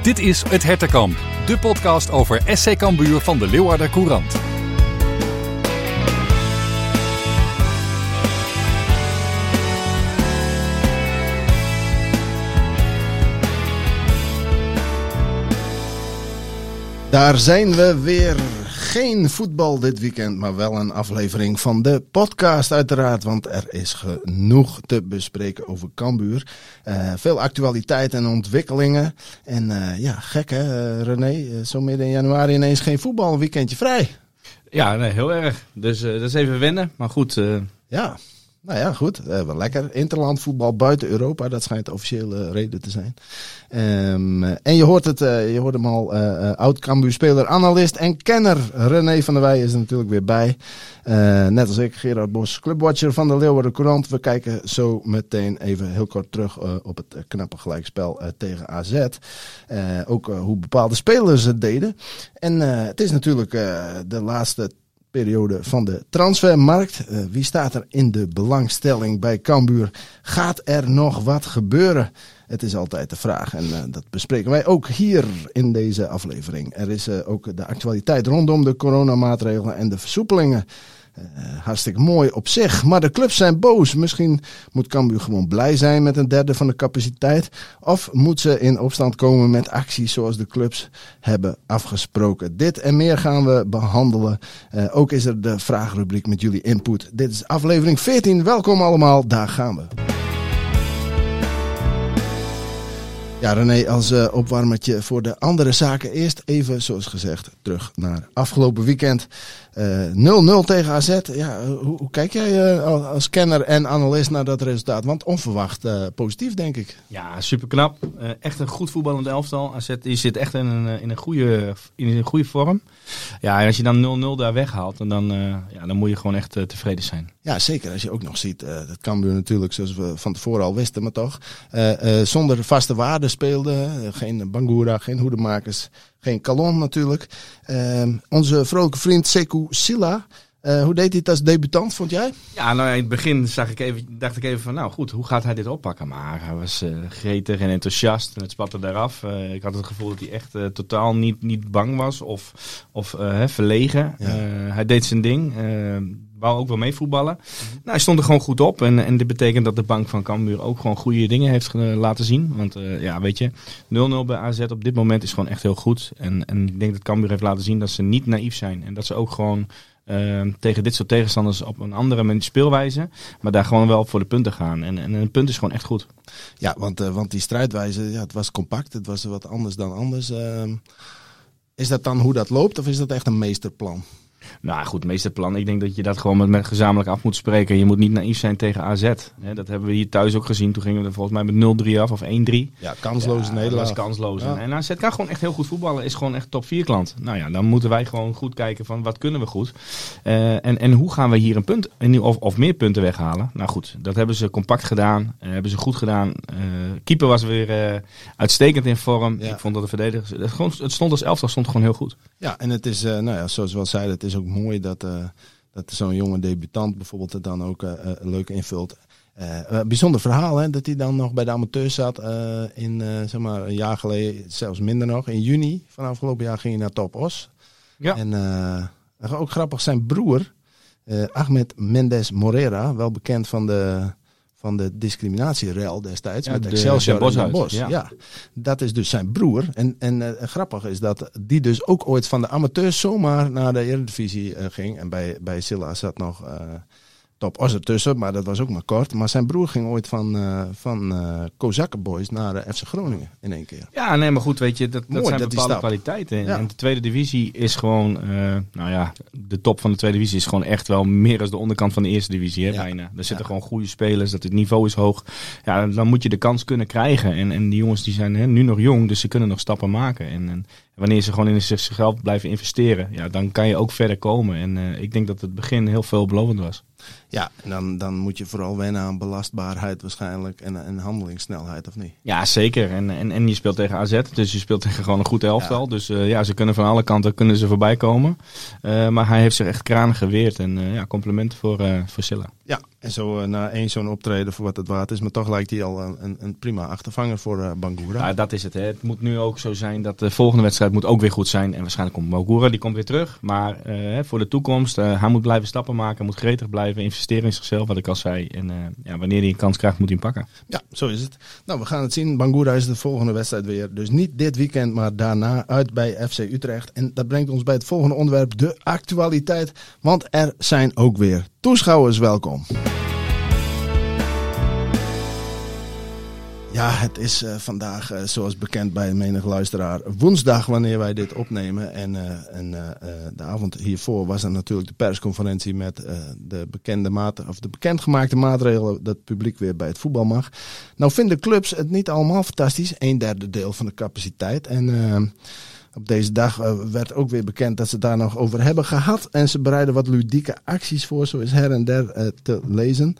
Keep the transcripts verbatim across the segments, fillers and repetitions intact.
Dit is Het Hertenkamp, de podcast over S C Cambuur van de Leeuwarder Courant. Daar zijn we weer. Geen voetbal dit weekend, maar wel een aflevering van de podcast uiteraard. Want er is genoeg te bespreken over Cambuur. Uh, veel actualiteit en ontwikkelingen. En uh, ja, gek hè uh, René, uh, zo midden in januari ineens geen voetbal, een weekendje vrij. Ja, nee, heel erg. Dus uh, dat is even wennen, maar goed. Uh... Ja. Nou ja, goed. Uh, wel lekker. Interlandvoetbal buiten Europa, dat schijnt de officiële reden te zijn. Um, en je hoort het, uh, je hoort hem al, uh, uh, oud-Cambuur-speler, analist en kenner René van der Wij is er natuurlijk weer bij. Uh, net als ik, Gerard Bos, clubwatcher van de Leeuwarder Courant. We kijken zo meteen even heel kort terug uh, op het uh, knappe gelijkspel uh, tegen A Z. Uh, ook uh, hoe bepaalde spelers het deden. En uh, het is natuurlijk uh, de laatste periode van de transfermarkt. Uh, wie staat er in de belangstelling bij Cambuur? Gaat er nog wat gebeuren? Het is altijd de vraag en uh, dat bespreken wij ook hier in deze aflevering. Er is uh, ook de actualiteit rondom de coronamaatregelen en de versoepelingen. Uh, hartstikke mooi op zich, maar de clubs zijn boos. Misschien moet Cambuur gewoon blij zijn met een derde van de capaciteit. Of moet ze in opstand komen met acties zoals de clubs hebben afgesproken. Dit en meer gaan we behandelen. Uh, ook is er de vraagrubriek met jullie input. Dit is aflevering veertien. Welkom allemaal, daar gaan we. Ja, René, als uh, opwarmertje voor de andere zaken. Eerst even, zoals gezegd, terug naar afgelopen weekend. Uh, nul nul tegen A Z. Ja, hoe, hoe kijk jij uh, als kenner en analist naar dat resultaat? Want onverwacht uh, positief, denk ik. Ja, super knap. Uh, echt een goed voetballend elftal. A Z die zit echt in een, in een, goede, in een goede vorm. Ja, en als je dan nul nul daar weghaalt, dan, uh, ja, dan moet je gewoon echt uh, tevreden zijn. Ja, zeker. Als je ook nog ziet, uh, dat Cambuur natuurlijk, zoals we van tevoren al wisten, maar toch. Uh, uh, zonder vaste waarden speelde. Uh, geen Bangura, geen hoedemakers. Geen Calon natuurlijk. Uh, onze vrolijke vriend Sekou Silla. Uh, hoe deed hij het als debutant, vond jij? Ja, nou ja, in het begin zag ik even, dacht ik even van, nou goed, hoe gaat hij dit oppakken? Maar hij was uh, gretig en enthousiast en het spatte eraf. Uh, ik had het gevoel dat hij echt uh, totaal niet, niet bang was of, of uh, verlegen. Ja. Uh, hij deed zijn ding. Uh, wou ook wel mee voetballen. Mm-hmm. Nou, hij stond er gewoon goed op. En, en dit betekent dat de bank van Cambuur ook gewoon goede dingen heeft uh, laten zien. Want uh, ja, weet je, nul nul bij A Z op dit moment is gewoon echt heel goed. En, en ik denk dat Cambuur heeft laten zien dat ze niet naïef zijn. En dat ze ook gewoon uh, tegen dit soort tegenstanders op een andere manier speelwijze, maar daar gewoon wel voor de punten gaan. En, en een punt is gewoon echt goed. Ja, want, uh, want die strijdwijze, ja, het was compact. Het was wat anders dan anders. Uh, is dat dan hoe dat loopt of is dat echt een meesterplan? Nou goed, meesterplan. Ik denk dat je dat gewoon met, met gezamenlijk af moet spreken. Je moet niet naïef zijn tegen A Z. He, dat hebben we hier thuis ook gezien. Toen gingen we er volgens mij met nul drie af of één drie. Ja, kansloos ja, Nederland. Dat was kansloos. Ja. En A Z kan gewoon echt heel goed voetballen. Is gewoon echt top vier klant. Nou ja, dan moeten wij gewoon goed kijken van wat kunnen we goed. Uh, en, en hoe gaan we hier een punt of, of meer punten weghalen. Nou goed, dat hebben ze compact gedaan. Uh, hebben ze goed gedaan. Uh, keeper was weer uh, uitstekend in vorm. Ja. Ik vond dat de verdedigers... Het, gewoon, het stond als elftal stond gewoon heel goed. Ja, en het is, uh, nou ja, zoals we al zeiden, het is ook mooi dat, uh, dat zo'n jonge debutant bijvoorbeeld het dan ook uh, uh, leuk invult. Uh, uh, bijzonder verhaal, hè, dat hij dan nog bij de amateurs zat uh, in uh, zeg maar een jaar geleden, zelfs minder nog. In juni van afgelopen jaar ging hij naar Top Os. Ja. En uh, ook grappig, zijn broer, uh, Ahmed Mendes Morera, wel bekend van de... van de discriminatierel destijds ja, met Excelsior en Bos. Ja. ja, dat is dus zijn broer. En, en uh, grappig is dat die dus ook ooit van de amateurs zomaar naar de Eredivisie uh, ging. En bij, bij Silla zat nog uh, Top Os ertussen, maar dat was ook maar kort. Maar zijn broer ging ooit van, uh, van uh, Kozakkenboys naar uh, F C Groningen in één keer. Ja, nee, maar goed, weet je, dat, dat zijn dat bepaalde kwaliteiten. Ja. En de tweede divisie is gewoon, uh, nou ja, de top van de tweede divisie is gewoon echt wel meer dan de onderkant van de eerste divisie, hè, ja. bijna. Er zitten ja. gewoon goede spelers, dat het niveau is hoog. Ja, dan moet je de kans kunnen krijgen. En, en die jongens die zijn hè, nu nog jong, dus ze kunnen nog stappen maken. En, en wanneer ze gewoon in zichzelf blijven investeren, ja, dan kan je ook verder komen. En uh, ik denk dat het begin heel veelbelovend was. Ja, en dan, dan moet je vooral wennen aan belastbaarheid waarschijnlijk en, en handelingssnelheid, of niet? Ja, zeker. En, en, en je speelt tegen A Z, dus je speelt tegen gewoon een goed elftal. Ja. Dus uh, ja, ze kunnen van alle kanten kunnen ze voorbij komen. Uh, maar hij heeft zich echt kranig geweerd en uh, ja, complimenten voor, uh, voor Silla. Ja, En zo uh, na één zo'n optreden voor wat het waard is. Maar toch lijkt hij al een, een prima achtervanger voor uh, Bangura. Ja, dat is het. Hè. Het moet nu ook zo zijn dat de volgende wedstrijd moet ook weer goed zijn. En waarschijnlijk komt Bangura, die komt weer terug. Maar uh, voor de toekomst, uh, hij moet blijven stappen maken. Hij moet gretig blijven investeren in zichzelf, wat ik al zei. En uh, ja, wanneer hij een kans krijgt, moet hij hem pakken. Ja, zo is het. Nou, we gaan het zien. Bangura is de volgende wedstrijd weer. Dus niet dit weekend, maar daarna uit bij F C Utrecht. En dat brengt ons bij het volgende onderwerp, de actualiteit. Want er zijn ook weer toeschouwers welkom. Ja, het is uh, vandaag, uh, zoals bekend bij menig luisteraar, woensdag wanneer wij dit opnemen. En, uh, en uh, uh, de avond hiervoor was er natuurlijk de persconferentie met uh, de, bekende maat, of de bekendgemaakte maatregelen dat het publiek weer bij het voetbal mag. Nou vinden clubs het niet allemaal fantastisch, een derde deel van de capaciteit. En uh, op deze dag uh, werd ook weer bekend dat ze het daar nog over hebben gehad. En ze bereiden wat ludieke acties voor, zo is her en der uh, te lezen.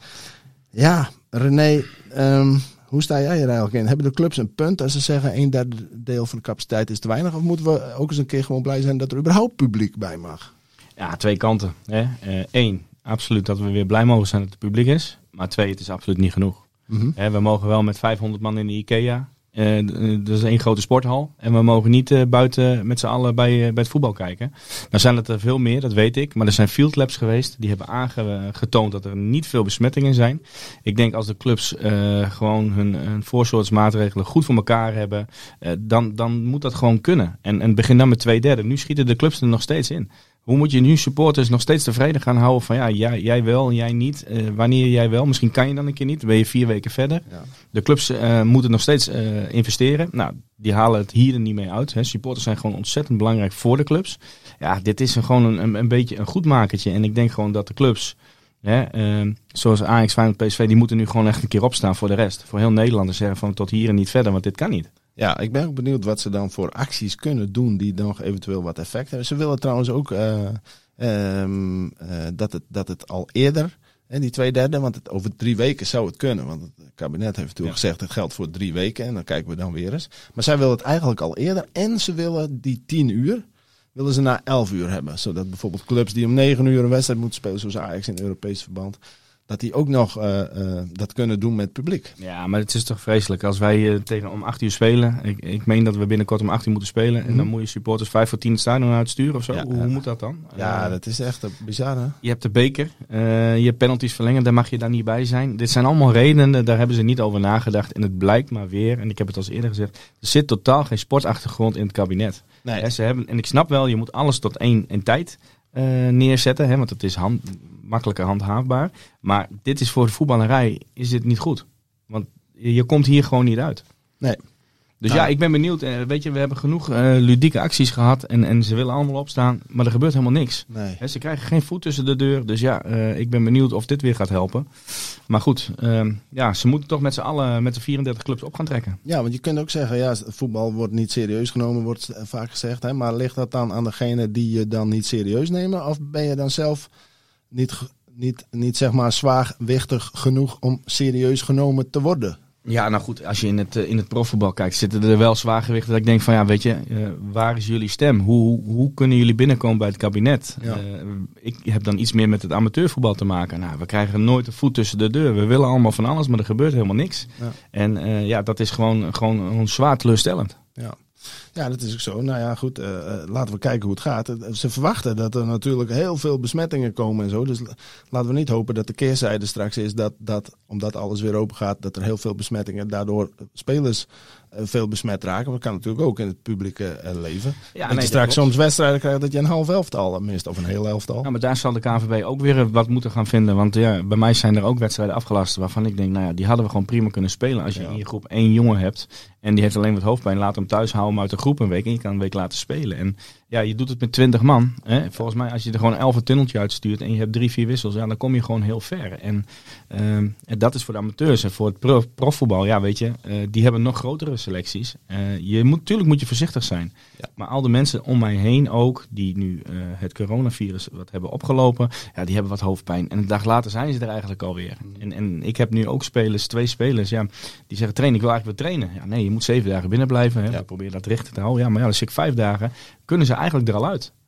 Ja, René... Um, Hoe sta jij er eigenlijk in? Hebben de clubs een punt als ze zeggen een derde deel van de capaciteit is te weinig? Of moeten we ook eens een keer gewoon blij zijn dat er überhaupt publiek bij mag? Ja, twee kanten. Hè. Eén, uh, absoluut dat we weer blij mogen zijn dat het publiek is. Maar twee, het is absoluut niet genoeg. Mm-hmm. Hè, we mogen wel met vijfhonderd man in de IKEA. Uh, dat is één grote sporthal. En we mogen niet uh, buiten met z'n allen bij, uh, bij het voetbal kijken. Nou zijn het er veel meer, dat weet ik. Maar er zijn field labs geweest. Die hebben aangetoond dat er niet veel besmettingen zijn. Ik denk als de clubs uh, gewoon hun, hun voorzorgsmaatregelen goed voor elkaar hebben. Uh, dan, dan moet dat gewoon kunnen. En, en begin dan met twee derde. Nu schieten de clubs er nog steeds in. Hoe moet je nu supporters nog steeds tevreden gaan houden van ja, jij, jij wel en jij niet. Uh, wanneer jij wel, misschien kan je dan een keer niet. Dan ben je vier weken verder. Ja. De clubs uh, moeten nog steeds uh, investeren. Nou, die halen het hier er niet mee uit. Hè. Supporters zijn gewoon ontzettend belangrijk voor de clubs. Ja, dit is een, gewoon een, een, een beetje een goedmakertje. En ik denk gewoon dat de clubs, hè, uh, zoals Ajax, Feyenoord, P S V, die moeten nu gewoon echt een keer opstaan voor de rest. Voor heel Nederland en zeggen van tot hier en niet verder, want dit kan niet. Ja, ik ben ook benieuwd wat ze dan voor acties kunnen doen die nog eventueel wat effect hebben. Ze willen trouwens ook uh, um, uh, dat, het, dat het al eerder, hè, die twee derde, want het, over drie weken zou het kunnen. Want het kabinet heeft natuurlijk ja. gezegd het geldt voor drie weken en dan kijken we dan weer eens. Maar zij willen het eigenlijk al eerder en ze willen die tien uur, willen ze na elf uur hebben. Zodat bijvoorbeeld clubs die om negen uur een wedstrijd moeten spelen, zoals Ajax in Europees verband, dat die ook nog uh, uh, dat kunnen doen met het publiek. Ja, maar het is toch vreselijk. Als wij uh, tegen om acht uur spelen. Ik, ik meen dat we binnenkort om acht uur moeten spelen. Mm-hmm. En dan moet je supporters vijf voor tien het stadion uitsturen of zo. Ja, Hoe uh, moet dat dan? Ja, uh, dat is echt uh, bizar, hè? Je hebt de beker. Uh, je hebt penalties verlengen. Daar mag je daar niet bij zijn. Dit zijn allemaal redenen. Daar hebben ze niet over nagedacht. En het blijkt maar weer. En ik heb het al eerder gezegd. Er zit totaal geen sportachtergrond in het kabinet. Nee. Ja, ze hebben, en ik snap wel, je moet alles tot één in tijd uh, neerzetten. Hè, want het is hand... makkelijker handhaafbaar. Maar dit is voor de voetballerij is dit niet goed. Want je komt hier gewoon niet uit. Nee. Dus nou. ja, ik ben benieuwd. Weet je, we hebben genoeg uh, ludieke acties gehad. En, en ze willen allemaal opstaan. Maar er gebeurt helemaal niks. Nee. He, ze krijgen geen voet tussen de deur. Dus ja, uh, ik ben benieuwd of dit weer gaat helpen. Maar goed, uh, ja, ze moeten toch met z'n allen, met de vierendertig clubs op gaan trekken. Ja, want je kunt ook zeggen, ja, voetbal wordt niet serieus genomen, wordt vaak gezegd. Hè? Maar ligt dat dan aan degene die je dan niet serieus nemen? Of ben je dan zelf niet... Niet, niet zeg maar zwaarwichtig genoeg om serieus genomen te worden? Ja, nou goed, als je in het, in het profvoetbal kijkt, zitten er wel zwaargewichten dat ik denk van ja, weet je, uh, waar is jullie stem? Hoe, hoe kunnen jullie binnenkomen bij het kabinet? Ja. Uh, ik heb dan iets meer met het amateurvoetbal te maken. Nou, we krijgen nooit een voet tussen de deur. We willen allemaal van alles, maar er gebeurt helemaal niks. Ja. En uh, ja, dat is gewoon, gewoon, gewoon zwaar teleurstellend. Ja. Ja, dat is ook zo. Nou ja, goed, uh, laten we kijken hoe het gaat. Ze verwachten dat er natuurlijk heel veel besmettingen komen en zo. Dus laten we niet hopen dat de keerzijde straks is dat, dat omdat alles weer open gaat, dat er heel veel besmettingen, daardoor spelers uh, veel besmet raken. Maar dat kan natuurlijk ook in het publieke uh, leven. Ja, dat nee, je straks dat soms wedstrijden krijgt dat je een half elftal mist, of een heel elftal. Ja, maar daar zal de K N V B ook weer wat moeten gaan vinden. Want ja, bij mij zijn er ook wedstrijden afgelast waarvan ik denk, nou ja, die hadden we gewoon prima kunnen spelen. Als je ja. in je groep één jongen hebt en die heeft alleen wat hoofdpijn, laat hem thuis houden uit de groep een week en je kan een week laten spelen. En ja, je doet het met twintig man. Hè? Volgens mij, als je er gewoon elf een tunneltje uitstuurt en je hebt drie, vier wissels, ja, dan kom je gewoon heel ver. En, uh, en dat is voor de amateurs en voor het prof, profvoetbal, ja, weet je, uh, die hebben nog grotere selecties. Uh, je moet, natuurlijk moet je voorzichtig zijn. Ja. Maar al de mensen om mij heen ook, die nu uh, het coronavirus wat hebben opgelopen, ja, die hebben wat hoofdpijn. En een dag later zijn ze er eigenlijk alweer. Mm. En, en ik heb nu ook spelers, twee spelers, ja, die zeggen, trainen, ik wil eigenlijk weer trainen. Ja, nee, je moet zeven dagen binnen blijven. Hè? Ja. We proberen dat recht te houden. Ja, maar ja, als ik vijf dagen, kunnen ze eigenlijk er al uit.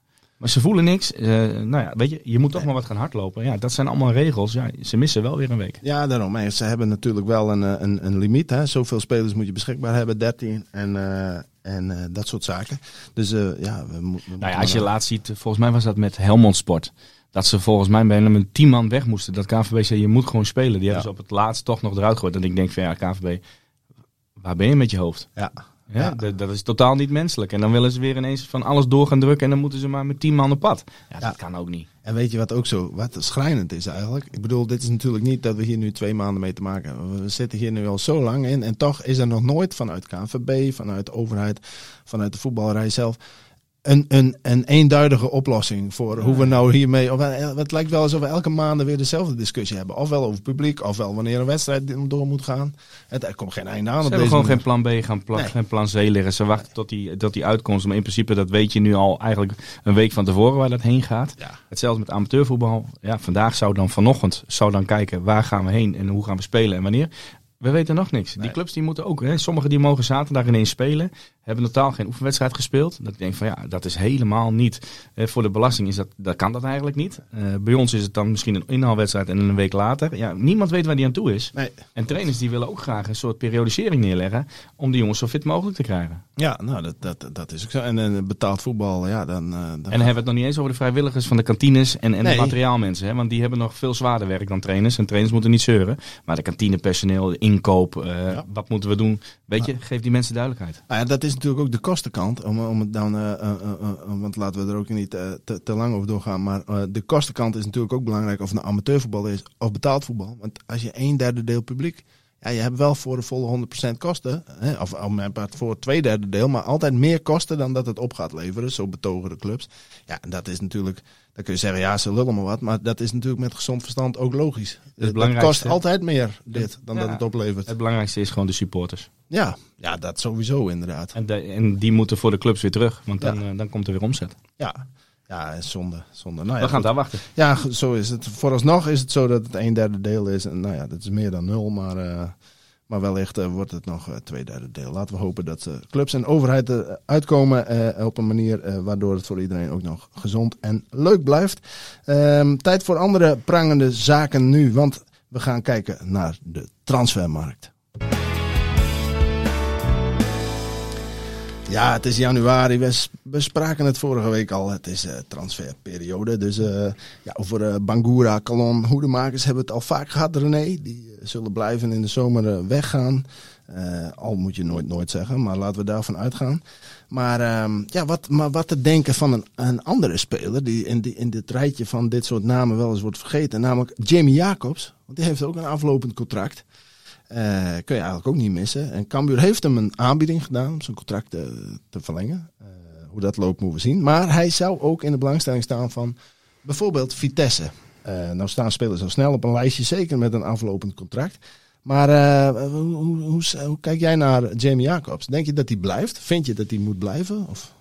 Maar ze voelen niks. Uh, nou ja, weet je, je moet toch nee. maar wat gaan hardlopen. Ja, dat zijn allemaal regels. Ja, ze missen wel weer een week. Ja, daarom. En ze hebben natuurlijk wel een, een, een limiet. Hè. Zoveel spelers moet je beschikbaar hebben, dertien. En, uh, en uh, dat soort zaken. Dus uh, ja, we, mo- we nou ja, als je laatst ziet, volgens mij was dat met Helmond Sport. Dat ze volgens mij bijna met tien man weg moesten. Dat K N V B zei, je moet gewoon spelen. Die ja. hebben ze op het laatst toch nog eruit gegooid. En ik denk van ja, K N V B, waar ben je met je hoofd? Ja. Ja, ja. Dat, dat is totaal niet menselijk. En dan willen ze weer ineens van alles door gaan drukken en dan moeten ze maar met tien man op pad. Ja, ja. Dat kan ook niet. En weet je wat ook zo, wat schrijnend is eigenlijk? Ik bedoel, dit is natuurlijk niet dat we hier nu twee maanden mee te maken hebben. We zitten hier nu al zo lang in en toch is er nog nooit vanuit K N V B, vanuit de overheid, vanuit de voetballerij zelf Een, een, een eenduidige oplossing voor hoe we nou hiermee... Of, het lijkt wel alsof we elke maand weer dezelfde discussie hebben. Ofwel over publiek, ofwel wanneer een wedstrijd door moet gaan. Het, er komt geen einde aan. Ze op hebben deze gewoon moment. geen plan B, gaan pla- Nee. geen plan C liggen. Ze wachten tot die, tot die uitkomst. Maar in principe, dat weet je nu al eigenlijk een week van tevoren waar dat heen gaat. Ja. Hetzelfde met amateurvoetbal. Ja, vandaag zou dan vanochtend zou dan kijken waar gaan we heen en hoe gaan we spelen en wanneer. We weten nog niks. Nee. Die clubs die moeten ook. Hè, sommigen die mogen zaterdag ineens spelen. Hebben totaal geen oefenwedstrijd gespeeld. Dat ik denk van ja, dat is helemaal niet. Eh, voor de belasting is dat, dat kan dat eigenlijk niet. Uh, bij ons is het dan misschien een inhaalwedstrijd en een week later. Ja, niemand weet waar die aan toe is. Nee. En trainers die willen ook graag een soort periodisering neerleggen. Om die jongens zo fit mogelijk te krijgen. Ja, nou dat, dat, dat is ook zo. En uh, betaald voetbal, ja dan... Uh, dan en dan hebben we het nog niet eens over de vrijwilligers van de kantines en, en Nee. de materiaalmensen. Hè, want die hebben nog veel zwaarder werk dan trainers. En trainers moeten niet zeuren. Maar de kantinepersoneel, de inkoop, uh, ja. wat moeten we doen? Weet je, geef die mensen duidelijkheid. Nou ja, dat is natuurlijk ook de kostenkant. Om, om het dan, uh, uh, uh, uh, want laten we er ook niet uh, te, te lang over doorgaan. Maar uh, de kostenkant is natuurlijk ook belangrijk. Of het nou amateurvoetbal is of betaald voetbal. Want als je een derde deel publiek... Ja, je hebt wel voor de volle honderd procent kosten. Hè, of op mijn part voor het twee derde deel. Maar altijd meer kosten dan dat het op gaat leveren. Zo betogen de clubs. Ja, en dat is natuurlijk... Dan kun je zeggen, ja, ze lullen maar wat. Maar dat is natuurlijk met gezond verstand ook logisch. Het, het kost altijd meer, dit, dan ja, dat het oplevert. Het belangrijkste is gewoon de supporters. Ja, ja dat sowieso inderdaad. En, de, en die moeten voor de clubs weer terug. Want dan, ja. uh, dan komt er weer omzet. Ja, ja zonde. zonde. Nou, ja, we gaan daar wachten. Ja, zo is het. Vooralsnog is het zo dat het een derde deel is. En nou ja, dat is meer dan nul. Maar, uh, maar wellicht uh, wordt het nog uh, twee derde deel. Laten we hopen dat uh, clubs en overheid uh, uitkomen uh, op een manier uh, waardoor het voor iedereen ook nog gezond en leuk blijft. Um, tijd voor andere prangende zaken nu. Want we gaan kijken naar de transfermarkt. Ja, het is januari. We bespraken het vorige week al. Het is uh, transferperiode. Dus uh, ja, over uh, Bangura, Calon, hoedemakers hebben we het al vaak gehad, René. Die uh, zullen blijven in de zomer uh, weggaan. Uh, al moet je nooit nooit zeggen, maar laten we daarvan uitgaan. Maar, um, ja, wat, maar wat te denken van een, een andere speler die in, die in dit rijtje van dit soort namen wel eens wordt vergeten. Namelijk Jamie Jacobs. Want die heeft ook een aflopend contract. Uh, kun je eigenlijk ook niet missen. En Cambuur heeft hem een aanbieding gedaan om zijn contract te, te verlengen. Uh, hoe dat loopt moeten we zien. Maar hij zou ook in de belangstelling staan van bijvoorbeeld Vitesse. Uh, nou staan spelers zo snel op een lijstje, zeker met een aflopend contract. Maar uh, hoe, hoe, hoe, hoe kijk jij naar Jamie Jacobs? Denk je dat hij blijft? Vind je dat hij moet blijven? Of?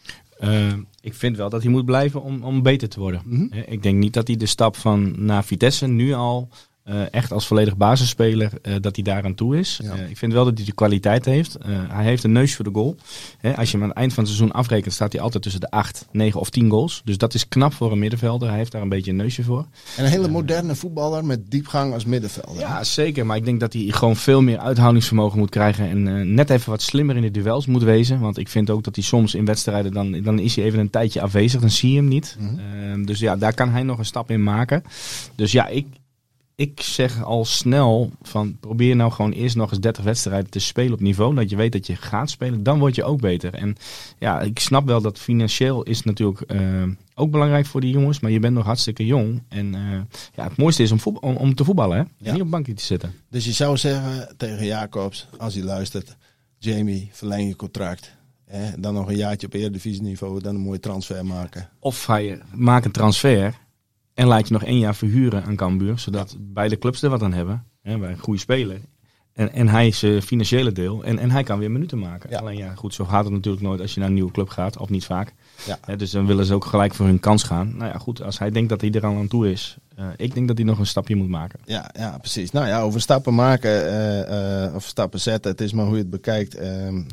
Uh, ik vind wel dat hij moet blijven om, om beter te worden. Mm-hmm. Ik denk niet dat hij de stap van naar Vitesse nu al... Uh, echt als volledig basisspeler uh, dat hij daar aan toe is. Ja. Uh, ik vind wel dat hij de kwaliteit heeft. Uh, hij heeft een neus voor de goal. He, als je hem aan het eind van het seizoen afrekent, staat hij altijd tussen de acht, negen of tien goals. Dus dat is knap voor een middenvelder. Hij heeft daar een beetje een neusje voor. En een hele moderne voetballer met diepgang als middenvelder. Ja, zeker. Maar ik denk dat hij gewoon veel meer uithoudingsvermogen moet krijgen. En uh, net even wat slimmer in de duels moet wezen. Want ik vind ook dat hij soms in wedstrijden, dan, dan is hij even een tijdje afwezig. Dan zie je hem niet. Mm-hmm. Uh, dus ja, daar kan hij nog een stap in maken. Dus ja, ik... Ik zeg al snel van probeer nou gewoon eerst nog eens dertig wedstrijden te spelen op niveau. Dat je weet dat je gaat spelen. Dan word je ook beter. En ja, ik snap wel dat financieel is natuurlijk uh, ook belangrijk voor die jongens. Maar je bent nog hartstikke jong. En uh, ja, het mooiste is om, voetbal, om, om te voetballen. Hè? Ja. Niet op een bankje te zitten. Dus je zou zeggen tegen Jacobs, als hij luistert. Jamie, verleng je contract. Hè? Dan nog een jaartje op eredivisieniveau. Dan een mooie transfer maken. Of hij maakt een transfer. En laat je nog één jaar verhuren aan Cambuur. Zodat ja. beide clubs er wat aan hebben. Hè, bij een goede speler. En, en hij is uh, financiële deel. En, en hij kan weer minuten maken. Ja. Alleen ja, goed, zo gaat het natuurlijk nooit als je naar een nieuwe club gaat. Of niet vaak. Ja. Hè, dus dan willen ze ook gelijk voor hun kans gaan. Nou ja, goed, als hij denkt dat hij er al aan toe is. Uh, ik denk dat hij nog een stapje moet maken. Ja, ja precies. Nou ja, over stappen maken uh, uh, of stappen zetten. Het is maar hoe je het bekijkt. Uh,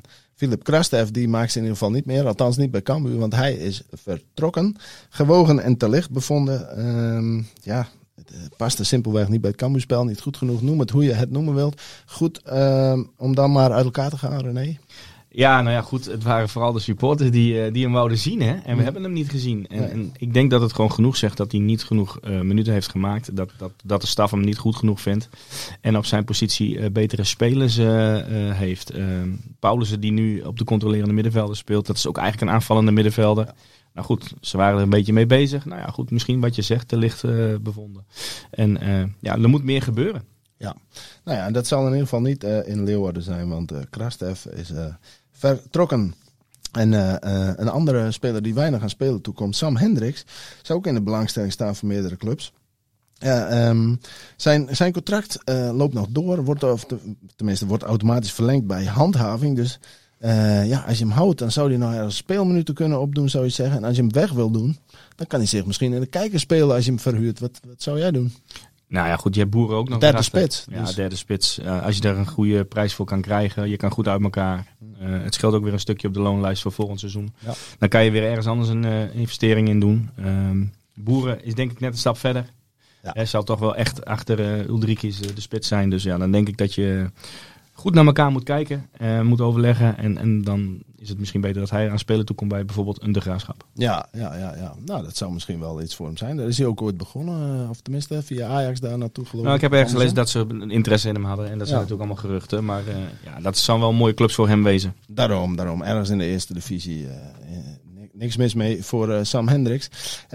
Filip Krastev, die maakt ze in ieder geval niet meer. Althans niet bij Cambuur, want hij is vertrokken. Gewogen en te licht bevonden. Um, ja, het paste simpelweg niet bij het Cambuurspel. Niet goed genoeg. Noem het hoe je het noemen wilt. Goed, um, om dan maar uit elkaar te gaan, René. Ja, nou ja, goed. Het waren vooral de supporters die, uh, die hem wouden zien, hè. En we mm. hebben hem niet gezien. En, nee. en ik denk dat het gewoon genoeg zegt dat hij niet genoeg uh, minuten heeft gemaakt. Dat, dat, dat de staf hem niet goed genoeg vindt. En op zijn positie uh, betere spelers uh, uh, heeft. Uh, Paulussen die nu op de controlerende middenvelder speelt. Dat is ook eigenlijk een aanvallende middenvelder. Ja. Nou goed, ze waren er een beetje mee bezig. Nou ja, goed, misschien wat je zegt, te licht uh, bevonden. En uh, ja, er moet meer gebeuren. Ja, nou ja, dat zal in ieder geval niet uh, in Leeuwarden zijn. Want uh, Krastev is... Uh, vertrokken. En uh, uh, een andere speler die weinig aan spelen toekomt, Sam Hendricks, zou ook in de belangstelling staan voor meerdere clubs. Uh, um, zijn, zijn contract uh, loopt nog door, wordt, of te, tenminste wordt automatisch verlengd bij handhaving. Dus uh, ja, als je hem houdt, dan zou hij nog ergens speelminuten kunnen opdoen, zou je zeggen. En als je hem weg wil doen, dan kan hij zich misschien in de kijker spelen als je hem verhuurt. Wat, wat zou jij doen? Nou ja, goed, je hebt Boeren ook nog. Derde spits. Ja, dus. derde spits. Uh, als je daar een goede prijs voor kan krijgen, je kan goed uit elkaar. Uh, het scheelt ook weer een stukje op de loonlijst voor volgend seizoen. Ja. Dan kan je weer ergens anders een uh, investering in doen. Um, Boeren is denk ik net een stap verder. Ja. Hij zal toch wel echt achter uh, Uldrikis uh, de spits zijn. Dus ja, dan denk ik dat je goed naar elkaar moet kijken, uh, moet overleggen. En, en dan is het misschien beter dat hij aan spelen toekomt bij bijvoorbeeld een De Graafschap. Ja, ja, ja, ja. Nou, dat zou misschien wel iets voor hem zijn. Daar is hij ook ooit begonnen, of tenminste via Ajax daar naartoe gelopen. Nou, ik heb ergens gelezen dat ze een interesse in hem hadden. En dat zijn ja. natuurlijk allemaal geruchten. Maar uh, ja, dat zou wel mooie clubs voor hem wezen. Daarom, daarom. Ergens in de eerste divisie. Uh, niks mis mee voor uh, Sam Hendricks.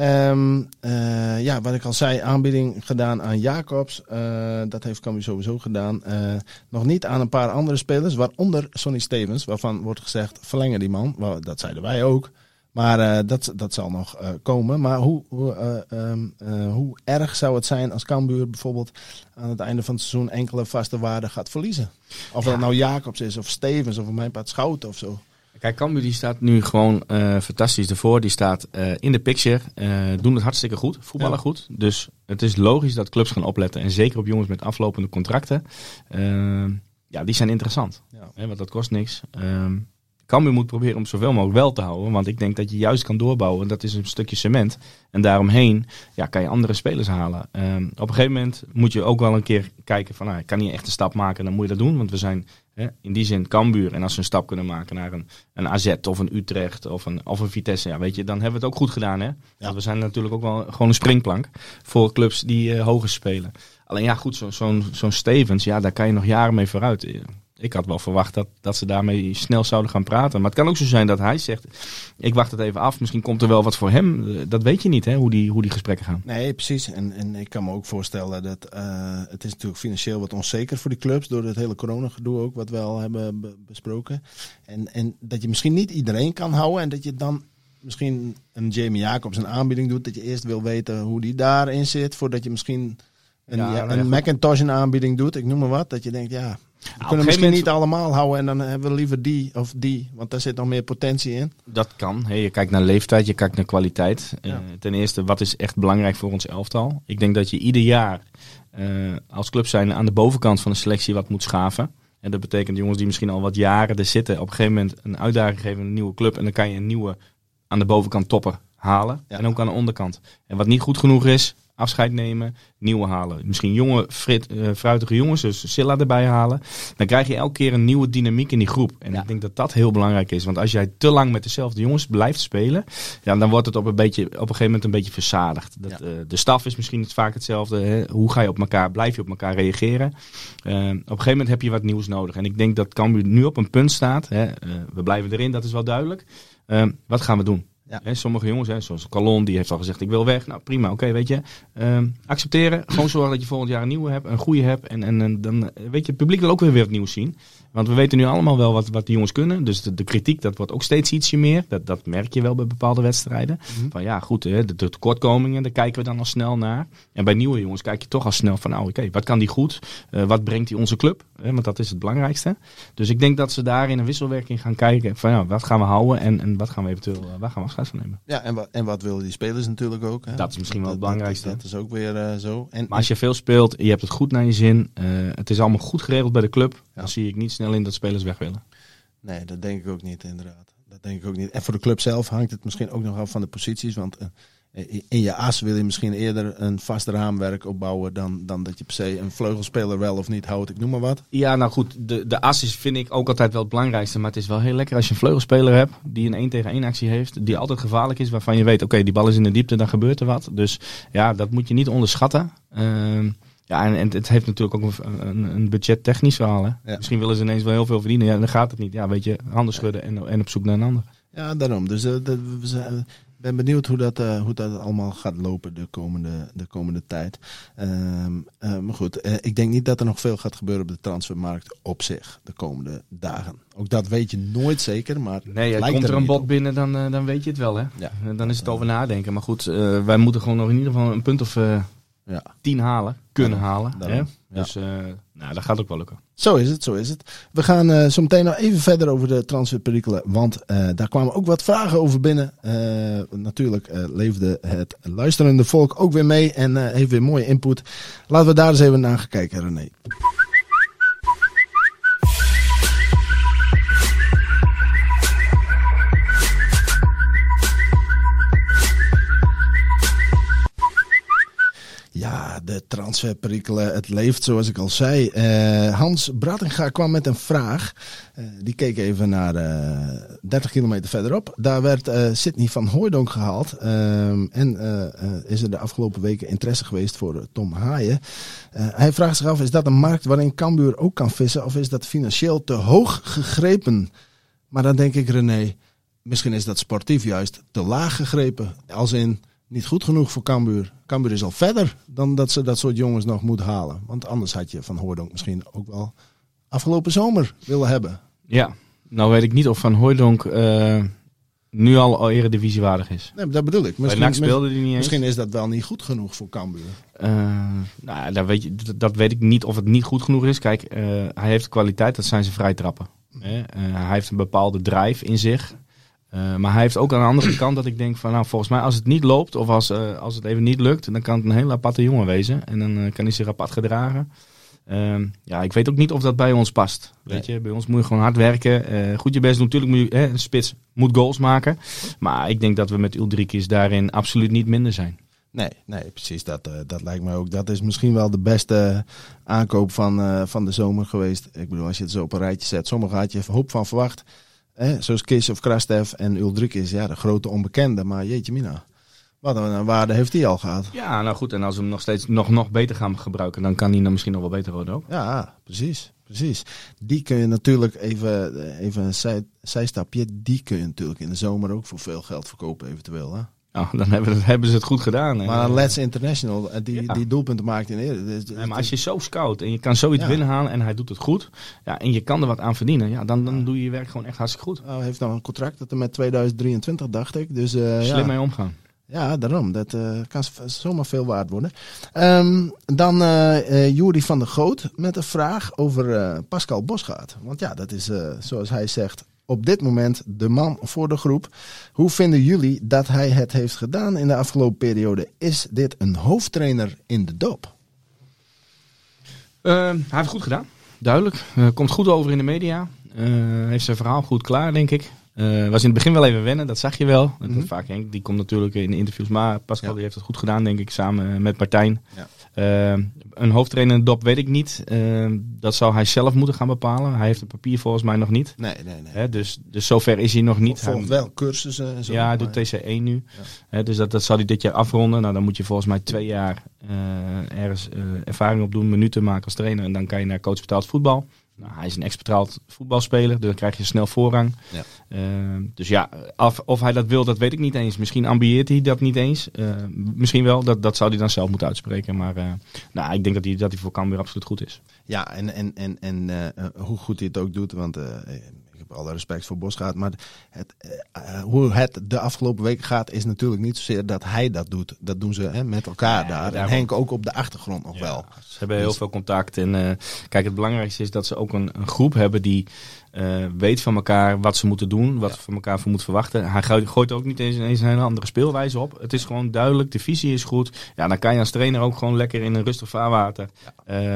Um, uh, ja, wat ik al zei, aanbieding gedaan aan Jacobs. Uh, dat heeft Cambuur sowieso gedaan. Uh, nog niet aan een paar andere spelers, waaronder Sonny Stevens, waarvan wordt gezegd, verlengen die man. Well, dat zeiden wij ook. Maar uh, dat, dat zal nog uh, komen. Maar hoe, hoe, uh, um, uh, hoe erg zou het zijn als Cambuur bijvoorbeeld aan het einde van het seizoen enkele vaste waarden gaat verliezen? Of ja. dat nou Jacobs is, of Stevens, of op mijn part Schouten of zo. Kijk, Cambuur die staat nu gewoon uh, fantastisch ervoor. Die staat uh, in de picture, uh, doen het hartstikke goed, voetballen ja. goed. Dus het is logisch dat clubs gaan opletten. En zeker op jongens met aflopende contracten. Uh, ja, die zijn interessant. Ja. Hè, want dat kost niks. Uh, Cambuur moet proberen om zoveel mogelijk wel te houden. Want ik denk dat je juist kan doorbouwen. Dat is een stukje cement. En daaromheen ja, kan je andere spelers halen. Uh, op een gegeven moment moet je ook wel een keer kijken van, nou, kan je echt een stap maken, dan moet je dat doen. Want we zijn hè, in die zin Cambuur. En als we een stap kunnen maken naar een, een A Z of een Utrecht of een, of een Vitesse. Ja, weet je, dan hebben we het ook goed gedaan. Hè? Ja. Want we zijn natuurlijk ook wel gewoon een springplank voor clubs die uh, hoger spelen. Alleen ja, goed, zo, zo'n, zo'n Stevens, ja, daar kan je nog jaren mee vooruit. Ik had wel verwacht dat, dat ze daarmee snel zouden gaan praten. Maar het kan ook zo zijn dat hij zegt, ik wacht het even af. Misschien komt er wel wat voor hem. Dat weet je niet, hè, hoe die, hoe die gesprekken gaan. Nee, precies. En, en ik kan me ook voorstellen dat uh, het is natuurlijk financieel wat onzeker voor die clubs. Door het hele coronagedoe ook, wat we al hebben be- besproken. En, en dat je misschien niet iedereen kan houden. En dat je dan misschien een Jamie Jacobs een aanbieding doet. Dat je eerst wil weten hoe die daarin zit. Voordat je misschien een, ja, ja, een Macintosh een aanbieding doet. Ik noem maar wat. Dat je denkt, ja... We nou, kunnen misschien moment... niet allemaal houden en dan hebben we liever die of die. Want daar zit nog meer potentie in. Dat kan. Hey, je kijkt naar leeftijd, je kijkt naar kwaliteit. Ja. Uh, ten eerste, wat is echt belangrijk voor ons elftal? Ik denk dat je ieder jaar uh, als club zijn aan de bovenkant van de selectie wat moet schaven. En dat betekent jongens die misschien al wat jaren er zitten. Op een gegeven moment een uitdaging geven aan een nieuwe club. En dan kan je een nieuwe aan de bovenkant topper halen. Ja. En ook aan de onderkant. En wat niet goed genoeg is... afscheid nemen, nieuwe halen. Misschien jonge, frit, uh, fruitige jongens, dus Silla erbij halen. Dan krijg je elke keer een nieuwe dynamiek in die groep. En ja. ik denk dat dat heel belangrijk is. Want als jij te lang met dezelfde jongens blijft spelen, ja, dan wordt het op een, beetje, op een gegeven moment een beetje verzadigd. Dat, ja. uh, de staf is misschien vaak hetzelfde. Hè? Hoe ga je op elkaar, blijf je op elkaar reageren? Uh, op een gegeven moment heb je wat nieuws nodig. En ik denk dat Cambuur nu op een punt staat. Hè? Uh, we blijven erin, dat is wel duidelijk. Uh, wat gaan we doen? Ja. He, sommige jongens, he, zoals Calon, die heeft al gezegd, ik wil weg. Nou prima, oké, okay, weet je. Um, accepteren, gewoon zorgen dat je volgend jaar een nieuwe hebt, een goede hebt. En, en, en dan, weet je, het publiek wil ook weer weer het nieuws zien. Want we weten nu allemaal wel wat, wat die jongens kunnen. Dus de, de kritiek, dat wordt ook steeds ietsje meer. Dat, dat merk je wel bij bepaalde wedstrijden. Mm-hmm. Van ja, goed, hè, de, de tekortkomingen, daar kijken we dan al snel naar. En bij nieuwe jongens kijk je toch al snel van, nou oké, okay, wat kan die goed? Uh, wat brengt die onze club? Hè, want dat is het belangrijkste. Dus ik denk dat ze daar in een wisselwerking gaan kijken. Van ja, wat gaan we houden en, en wat gaan we eventueel, uh, waar gaan we afscheid van nemen? Ja, en, wa- en wat willen die spelers natuurlijk ook? Hè? Dat is misschien wel dat, het belangrijkste. Dat, dat is ook weer uh, zo. En, maar als je veel speelt, je hebt het goed naar je zin. Uh, het is allemaal goed geregeld bij de club. Ja. Dan zie ik niet snel in dat spelers weg willen. Nee, dat denk ik ook niet, inderdaad. Dat denk ik ook niet. En voor de club zelf hangt het misschien ook nog af van de posities. Want uh, in je as wil je misschien eerder een vast raamwerk opbouwen dan, dan dat je per se een vleugelspeler wel of niet houdt. Ik noem maar wat. Ja, nou goed, de, de as is vind ik ook altijd wel het belangrijkste. Maar het is wel heel lekker als je een vleugelspeler hebt die een één tegen één actie heeft. Die altijd gevaarlijk is, waarvan je weet, oké, okay, die bal is in de diepte, dan gebeurt er wat. Dus ja, dat moet je niet onderschatten. Uh, Ja, en, en het heeft natuurlijk ook een, een, een budgettechnisch verhaal. Hè? Ja. Misschien willen ze ineens wel heel veel verdienen. Ja, dan gaat het niet. Ja, weet je, handen schudden en, en op zoek naar een ander. Ja, daarom. Dus uh, ik ben benieuwd hoe dat, uh, hoe dat allemaal gaat lopen de komende, de komende tijd. Uh, uh, maar goed, uh, ik denk niet dat er nog veel gaat gebeuren op de transfermarkt op zich de komende dagen. Ook dat weet je nooit zeker, maar nee, er komt er een bod op. binnen, dan, uh, dan weet je het wel. Hè? Ja. Dan is het over nadenken. Maar goed, uh, wij moeten gewoon nog in ieder geval een punt of... Uh, Ja. tien halen, kunnen daarom, halen. Daarom, ja. Dus uh, nou, dat gaat ook wel lukken. Zo is het, zo is het. We gaan uh, zo meteen nog even verder over de transferperikelen. Want uh, daar kwamen ook wat vragen over binnen. Uh, natuurlijk uh, leefde het luisterende volk ook weer mee. En uh, heeft weer mooie input. Laten we daar eens even naar gaan kijken, René. Ja, de transferperikelen, het leeft zoals ik al zei. Uh, Hans Brattinga kwam met een vraag. Uh, die keek even naar uh, dertig kilometer verderop. Daar werd uh, Sidney van Hooijdonk gehaald. Uh, en uh, uh, is er de afgelopen weken interesse geweest voor uh, Tom Haaien. Uh, hij vraagt zich af, is dat een markt waarin Cambuur ook kan vissen? Of is dat financieel te hoog gegrepen? Maar dan denk ik, René, misschien is dat sportief juist te laag gegrepen. Als in... niet goed genoeg voor Cambuur. Cambuur is al verder dan dat ze dat soort jongens nog moet halen. Want anders had je Van Hooijdonk misschien ook wel afgelopen zomer willen hebben. Ja, nou weet ik niet of Van Hooijdonk uh, nu al eredivisiewaardig is. Nee, dat bedoel ik. Misschien, speelde die niet eens. Misschien is dat wel niet goed genoeg voor Cambuur. Uh, nou, dat weet, je, dat weet ik niet of het niet goed genoeg is. Kijk, uh, hij heeft kwaliteit, dat zijn zijn vrijtrappen. Uh, hij heeft een bepaalde drive in zich... Uh, maar hij heeft ook aan de andere kant dat ik denk van nou volgens mij als het niet loopt of als, uh, als het even niet lukt, dan kan het een hele aparte jongen wezen. En dan uh, kan hij zich apart gedragen. Uh, ja, ik weet ook niet of dat bij ons past. Weet nee. je, bij ons moet je gewoon hard werken. Uh, goed je best doen. Natuurlijk moet je, hè, een spits moet goals maken. Maar ik denk dat we met Uldrikis daarin absoluut niet minder zijn. Nee, nee, precies. Dat, uh, dat lijkt mij ook. Dat is misschien wel de beste aankoop van, uh, van de zomer geweest. Ik bedoel, als je het zo op een rijtje zet. Sommigen had je hoop van verwacht. Eh, zoals Kis of Krastev en Uldrikis, ja, de grote onbekende. Maar jeetje mina, wat een waarde heeft hij al gehad. Ja, nou goed. En als we hem nog steeds nog, nog beter gaan gebruiken, dan kan hij dan misschien nog wel beter worden ook. Ja, precies. precies. Die kun je natuurlijk, even, even een zij, zijstapje, die kun je natuurlijk in de zomer ook voor veel geld verkopen eventueel. Hè? Nou, dan hebben, hebben ze het goed gedaan. Hè? Maar een Let's International, die, ja. die doelpunten maakt in eerder. Dus, nee, maar als je zo scout en je kan zoiets ja. binnenhalen en hij doet het goed. Ja, en je kan er wat aan verdienen. Ja, dan, dan ja. doe je je werk gewoon echt hartstikke goed. Nou, hij heeft nou een contract dat er met tweeduizend drieëntwintig, dacht ik. Dus, uh, Slim ja. mee omgaan. Ja, daarom. Dat uh, kan zomaar veel waard worden. Um, dan uh, uh, Juri van der Goot met een vraag over uh, Pascal Bosgaard. Want ja, dat is uh, zoals hij zegt op dit moment de man voor de groep. Hoe vinden jullie dat hij het heeft gedaan in de afgelopen periode? Is dit een hoofdtrainer in de doop? Uh, hij heeft het goed gedaan, duidelijk. Uh, komt goed over in de media. Uh, heeft zijn verhaal goed klaar, denk ik. Uh, was in het begin wel even wennen, dat zag je wel. Mm-hmm. Dat vaak Henk, die komt natuurlijk in de interviews. Maar Pascal ja. die heeft het goed gedaan, denk ik, samen met Martijn. Ja. Uh, een hoofdtrainer in de dop weet ik niet. Uh, dat zou hij zelf moeten gaan bepalen. Hij heeft het papier volgens mij nog niet. Nee, nee, nee. He, dus, dus zover is hij nog niet. Volgt wel cursussen en zo. Ja, hij doet T C één nu. Ja. He, dus dat, dat zal hij dit jaar afronden. Nou, dan moet je volgens mij twee jaar uh, ergens uh, ervaring opdoen, minuten maken als trainer. En dan kan je naar coach betaald voetbal. Nou, hij is een ex-betaald voetbalspeler, dus dan krijg je snel voorrang. Ja. Uh, dus ja, af, of hij dat wil, dat weet ik niet eens. Misschien ambieert hij dat niet eens. Uh, misschien wel, dat, dat zou hij dan zelf moeten uitspreken. Maar uh, nou, ik denk dat hij, dat hij voor Cambuur absoluut goed is. Ja, en, en, en, en uh, hoe goed hij het ook doet, want uh, ik heb alle respect voor Bosgaard. Maar het, uh, hoe het de afgelopen weken gaat, is natuurlijk niet zozeer dat hij dat doet. Dat doen ze hè, met elkaar ja, daar. En Henk ook op de achtergrond nog ja, wel. Ze hebben heel dus veel contact. En uh, kijk, het belangrijkste is dat ze ook een, een groep hebben die uh, weet van elkaar wat ze moeten doen. Wat ja. van elkaar voor moet verwachten. Hij gooit ook niet eens, eens een hele andere speelwijze op. Het is gewoon duidelijk, de visie is goed. Ja, dan kan je als trainer ook gewoon lekker in een rustig vaarwater. Ja. Uh,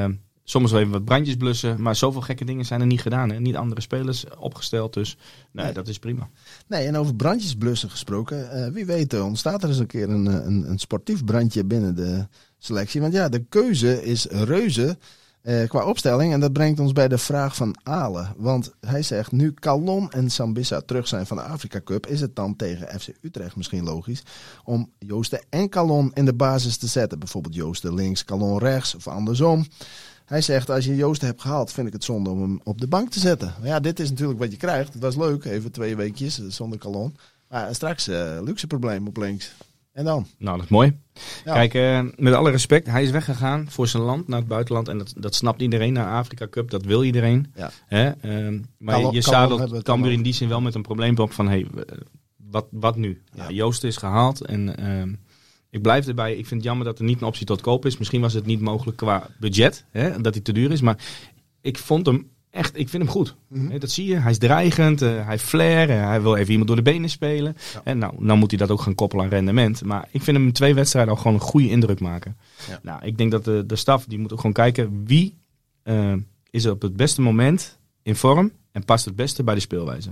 soms wel even wat brandjes blussen. Maar zoveel gekke dingen zijn er niet gedaan. Hè? Niet andere spelers opgesteld. Dus nee, nee. dat is prima. Nee, en over brandjes blussen gesproken. Uh, wie weet uh, ontstaat er eens een keer een, een, een sportief brandje binnen de selectie. Want ja, de keuze is reuze uh, qua opstelling. En dat brengt ons bij de vraag van Ale. Want hij zegt, nu Kalon en Sambisa terug zijn van de Afrika Cup, is het dan tegen F C Utrecht misschien logisch om Joosten en Kalon in de basis te zetten? Bijvoorbeeld Joosten links, Kalon rechts of andersom. Hij zegt, als je Joosten hebt gehaald, vind ik het zonde om hem op de bank te zetten. Ja, dit is natuurlijk wat je krijgt. Het was leuk, even twee weekjes zonder Kalon. Maar straks uh, luxe probleem op links. En dan? Nou, dat is mooi. Ja. Kijk, uh, met alle respect, hij is weggegaan voor zijn land, naar het buitenland. En dat, dat snapt iedereen, naar Afrika Cup, dat wil iedereen. Ja. Hè? Uh, maar Kalon, je zadelt Cambuur in die zin wel met een probleem op van, hey, wat, wat nu? Ja. Ja, Joosten is gehaald en uh, ik blijf erbij. Ik vind het jammer dat er niet een optie tot koop is. Misschien was het niet mogelijk qua budget, hè, dat hij te duur is. Maar ik vond hem echt, ik vind hem goed. Mm-hmm. Dat zie je. Hij is dreigend, uh, hij heeft flair, uh, hij wil even iemand door de benen spelen. Ja. En nou, nou moet hij dat ook gaan koppelen aan rendement. Maar ik vind hem in twee wedstrijden al gewoon een goede indruk maken. Ja. Nou, ik denk dat de, de staf, die moet ook gewoon kijken wie uh, is er op het beste moment in vorm en past het beste bij de speelwijze.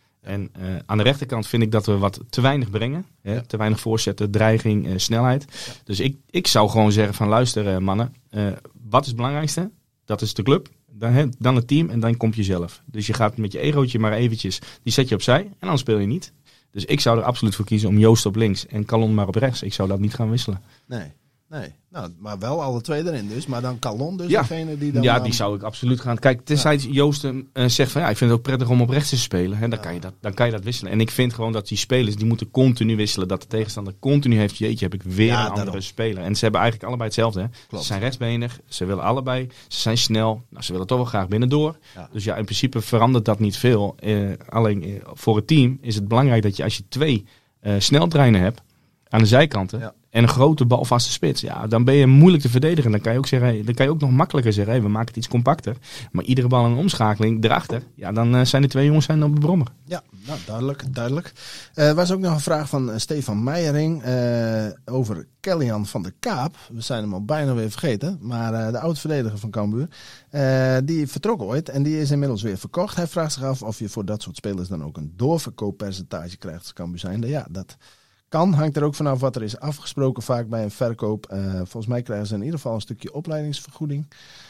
En uh, aan de rechterkant vind ik dat we wat te weinig brengen. Hè? Ja. Te weinig voorzetten, dreiging, uh, snelheid. Ja. Dus ik, ik zou gewoon zeggen van luister uh, mannen, uh, wat is het belangrijkste? Dat is de club, dan, hè, dan het team en dan komt je zelf. Dus je gaat met je egootje maar eventjes, die zet je opzij en dan speel je niet. Dus ik zou er absoluut voor kiezen om Joost op links en Kalon maar op rechts. Ik zou dat niet gaan wisselen. Nee. Nee, nou, maar wel alle twee erin dus. Maar dan Kalon dus ja. degene die dan... Ja, aan... die zou ik absoluut gaan. Kijk, tenzij ja. Joost uh, zegt van ja, ik vind het ook prettig om op rechts te spelen. Hè, dan, ja. kan je dat, dan kan je dat wisselen. En ik vind gewoon dat die spelers, die moeten continu wisselen. Dat de tegenstander continu heeft, jeetje, heb ik weer ja, een andere daarom. speler. En ze hebben eigenlijk allebei hetzelfde. Hè. Ze zijn rechtsbenig, ze willen allebei, ze zijn snel. Nou, ze willen toch wel graag binnendoor. Ja. Dus ja, in principe verandert dat niet veel. Uh, alleen uh, voor het team is het belangrijk dat je als je twee uh, sneltreinen hebt aan de zijkanten... Ja. En een grote balvaste spits. Ja, dan ben je moeilijk te verdedigen. Dan kan je ook zeggen, dan kan je ook nog makkelijker zeggen, hey, we maken het iets compacter. Maar iedere bal in een omschakeling erachter, ja, dan uh, zijn de twee jongens zijn op de brommer. Ja, nou, duidelijk, duidelijk. Er uh, was ook nog een vraag van uh, Stefan Meijering uh, over Kellyan van der Kaap. We zijn hem al bijna weer vergeten, maar uh, de oud-verdediger van Cambuur. Uh, die vertrok ooit en die is inmiddels weer verkocht. Hij vraagt zich af of je voor dat soort spelers dan ook een doorverkooppercentage krijgt als Cambuur zijnde. Ja, dat... Kan, hangt er ook vanaf wat er is afgesproken vaak bij een verkoop. Uh, volgens mij krijgen ze in ieder geval een stukje opleidingsvergoeding.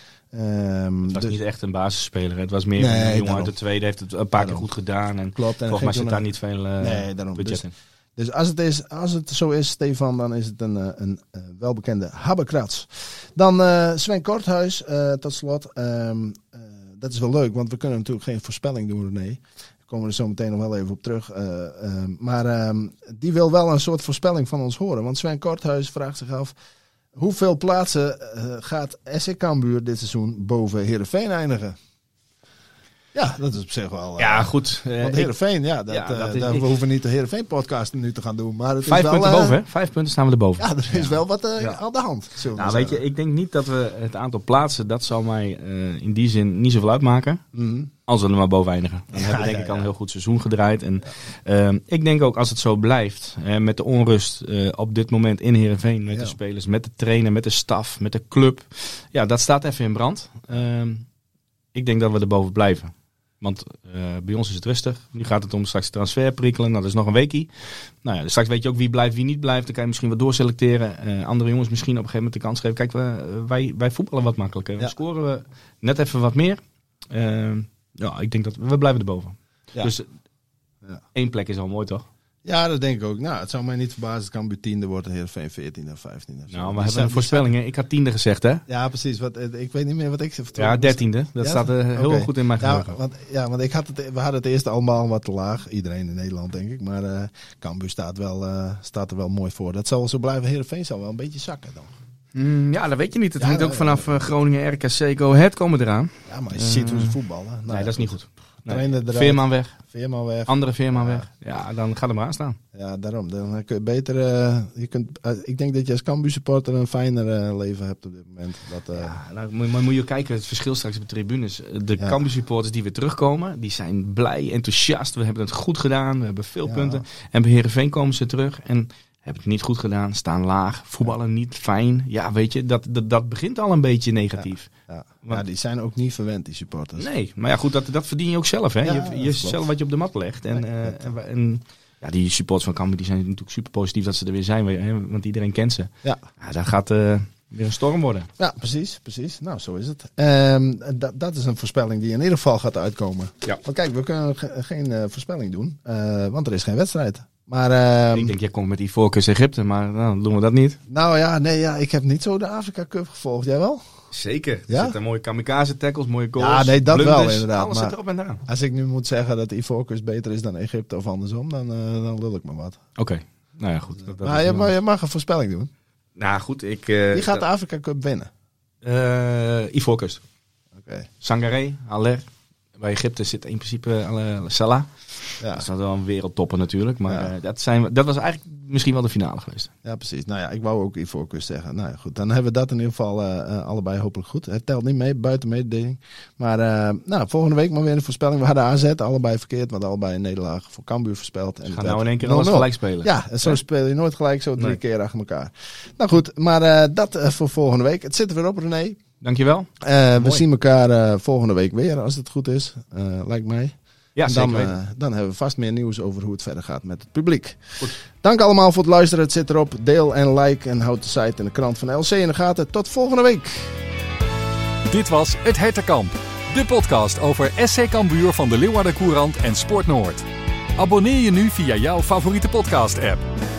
Um, het was dus... niet echt een basisspeler. Het was meer nee, een jongen daarom. uit de tweede. Heeft het een paar daarom. keer goed gedaan. En Klopt. En volgens mij zit daar niet veel uh, nee, budget dus, in. Dus als het, is, als het zo is, Stefan, dan is het een, een, een, een welbekende habbekrats. Dan uh, Sven Korthuis, uh, tot slot. Um, uh, dat is wel leuk, want we kunnen natuurlijk geen voorspelling doen, René. Komen we er zo meteen nog wel even op terug. Uh, uh, maar uh, die wil wel een soort voorspelling van ons horen. Want Sven Korthuis vraagt zich af... hoeveel plaatsen uh, gaat S C Cambuur dit seizoen boven Heerenveen eindigen? Ja, dat is op zich wel... Uh, ja, goed. Uh, want Heerenveen, ja, dat, ja, dat uh, daar, we hoeven niet de Heerenveen-podcast nu te gaan doen. Maar het Vijf is punten wel, uh, boven, hè? Vijf punten staan we erboven. Ja, er is ja. wel wat uh, ja. aan de hand. Nou, weet je, ik denk niet dat we het aantal plaatsen... dat zal mij uh, in die zin niet zoveel uitmaken... Mm-hmm. Als we er maar boven eindigen. Dan ja, hebben we denk ja, ik al een heel goed seizoen gedraaid. En ja. uh, ik denk ook als het zo blijft, uh, met de onrust uh, op dit moment in Heerenveen, met ja. de spelers, met de trainer, met de staf, met de club. Ja, dat staat even in brand. Uh, ik denk dat we er boven blijven. Want uh, bij ons is het rustig. Nu gaat het om straks transfer prikkelen. Nou, dat is nog een weekie. Nou ja, dus straks weet je ook wie blijft, wie niet blijft. Dan kan je misschien wat doorselecteren. Uh, andere jongens misschien op een gegeven moment de kans geven. Kijk, we, wij, wij voetballen wat makkelijker. Ja. We scoren we net even wat meer. Uh, Ja, ik denk dat we, we blijven erboven. Ja. Dus ja. één plek is al mooi, toch? Ja, dat denk ik ook. Nou, het zou mij niet verbazen als Cambuur tiende wordt en Heerenveen veertiende of vijftiende. Nou, we die hebben zijn, een voorspelling. Hè? Ik had tiende gezegd, hè? Ja, precies. Wat, ik weet niet meer wat ik zeg. Ja, dertiende. Dat ja? staat uh, heel okay. goed in mijn geheugen. Ja, want, ja, want ik had het, we hadden het eerst allemaal wat te laag. Iedereen in Nederland, denk ik. Maar uh, Cambuur staat, wel, uh, staat er wel mooi voor. Dat zal zo blijven. Heerenveen zal wel een beetje zakken dan. Mm, ja, dat weet je niet. Het ja, hangt ook vanaf uh, Groningen, R K C, Go Ahead komen eraan. Ja, maar je uh, ziet hoe ze voetballen. Nou, nee, dat is niet goed. Nee. Veerman weg. Veerman weg. Andere Veerman ja. weg. Ja, dan ga er maar aan staan. Ja, daarom. Dan kun je beter... Uh, je kunt, uh, ik denk dat je als Cambuur supporter een fijner uh, leven hebt op dit moment. Dat, uh... ja, nou, moet, maar moet je kijken, het verschil straks op de tribunes. De ja. Cambuur supporters die weer terugkomen, die zijn blij, enthousiast. We hebben het goed gedaan, we hebben veel ja. punten. En bij Heerenveen komen ze terug. En hebben het niet goed gedaan, staan laag, voetballen niet fijn. Ja, weet je, dat, dat, dat begint al een beetje negatief. Ja, ja. Want, ja, die zijn ook niet verwend, die supporters. Nee, maar ja goed, dat, dat verdien je ook zelf. Hè? Ja, je je zelf wat je op de mat legt. En, Nee, uh, en, en ja, die supporters van Cambuur die zijn natuurlijk super positief dat ze er weer zijn. Hè? Want iedereen kent ze. Ja, ja dat gaat uh, weer een storm worden. Ja, precies, precies. Nou, zo is het. Um, dat, dat is een voorspelling die in ieder geval gaat uitkomen. Ja. Want kijk, we kunnen ge- geen uh, voorspelling doen, uh, want er is geen wedstrijd. Maar, um, ik denk, jij komt met die Ivoorkust Egypte, maar nou, dan doen we dat niet. Nou ja, nee, ja, ik heb niet zo de Afrika Cup gevolgd. Jij wel? Zeker. Er Ja? zitten mooie kamikaze tackles, mooie goals. Ja, nee, dat blunders, wel inderdaad. Alles maar zit erop en eraan. als ik nu moet zeggen dat de Ivoorkust beter is dan Egypte of andersom, dan, uh, dan lul ik me wat. Oké, okay. Nou ja, goed. Dat, dat maar, je, maar je mag een voorspelling doen. Nou goed, ik... Uh, Wie gaat de Afrika Cup winnen? Uh, Ivoorkust. Oké. Okay. Sangaré, Haller. Bij Egypte zit in principe uh, Salah. Ja. Dat is wel een wereldtopper natuurlijk. Maar ja. uh, dat, zijn, dat was eigenlijk misschien wel de finale geweest. Ja, precies. Nou ja, ik wou ook Ivoorkust zeggen. Nou ja, goed. Dan hebben we dat in ieder geval uh, uh, allebei hopelijk goed. Het telt niet mee, buiten mededeling. Maar uh, nou, volgende week maar weer een voorspelling. We hadden A Z allebei verkeerd, want allebei een nederlaag voor Cambuur voorspeld. En gaan nou in één keer alles gelijk spelen. Ja, en zo ja. speel je nooit gelijk zo drie nee. keer achter elkaar. Nou goed, maar uh, dat uh, voor volgende week. Het zit er weer op, René. Dankjewel. Uh, we zien elkaar uh, volgende week weer, als het goed is. Uh, lijkt mij. Ja, en dan, zeker uh, dan hebben we vast meer nieuws over hoe het verder gaat met het publiek. Goed. Dank allemaal voor het luisteren. Het zit erop. Deel en like en houd de site en de krant van L C in de gaten. Tot volgende week. Dit was Het Hertenkamp. De podcast over S C Cambuur van de Leeuwarder Courant en Sport Noord. Abonneer je nu via jouw favoriete podcast app.